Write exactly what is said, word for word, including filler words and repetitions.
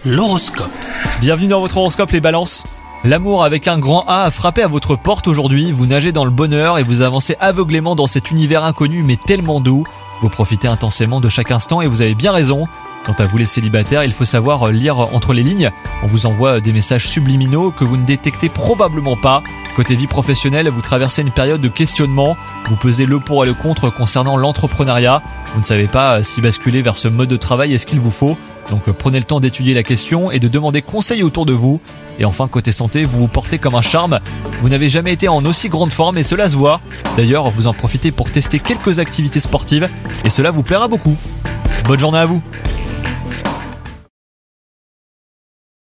L'horoscope. Bienvenue dans votre horoscope les balances. L'amour avec un grand A a frappé à votre porte aujourd'hui, vous nagez dans le bonheur et vous avancez aveuglément dans cet univers inconnu mais tellement doux. Vous profitez intensément de chaque instant et vous avez bien raison. Quant à vous les célibataires, il faut savoir lire entre les lignes. On vous envoie des messages subliminaux que vous ne détectez probablement pas. Côté vie professionnelle, vous traversez une période de questionnement. Vous pesez le pour et le contre concernant l'entrepreneuriat. Vous ne savez pas si basculer vers ce mode de travail est ce qu'il vous faut. Donc prenez le temps d'étudier la question et de demander conseil autour de vous. Et enfin côté santé, vous vous portez comme un charme. Vous n'avez jamais été en aussi grande forme et cela se voit. D'ailleurs, vous en profitez pour tester quelques activités sportives et cela vous plaira beaucoup. Bonne journée à vous.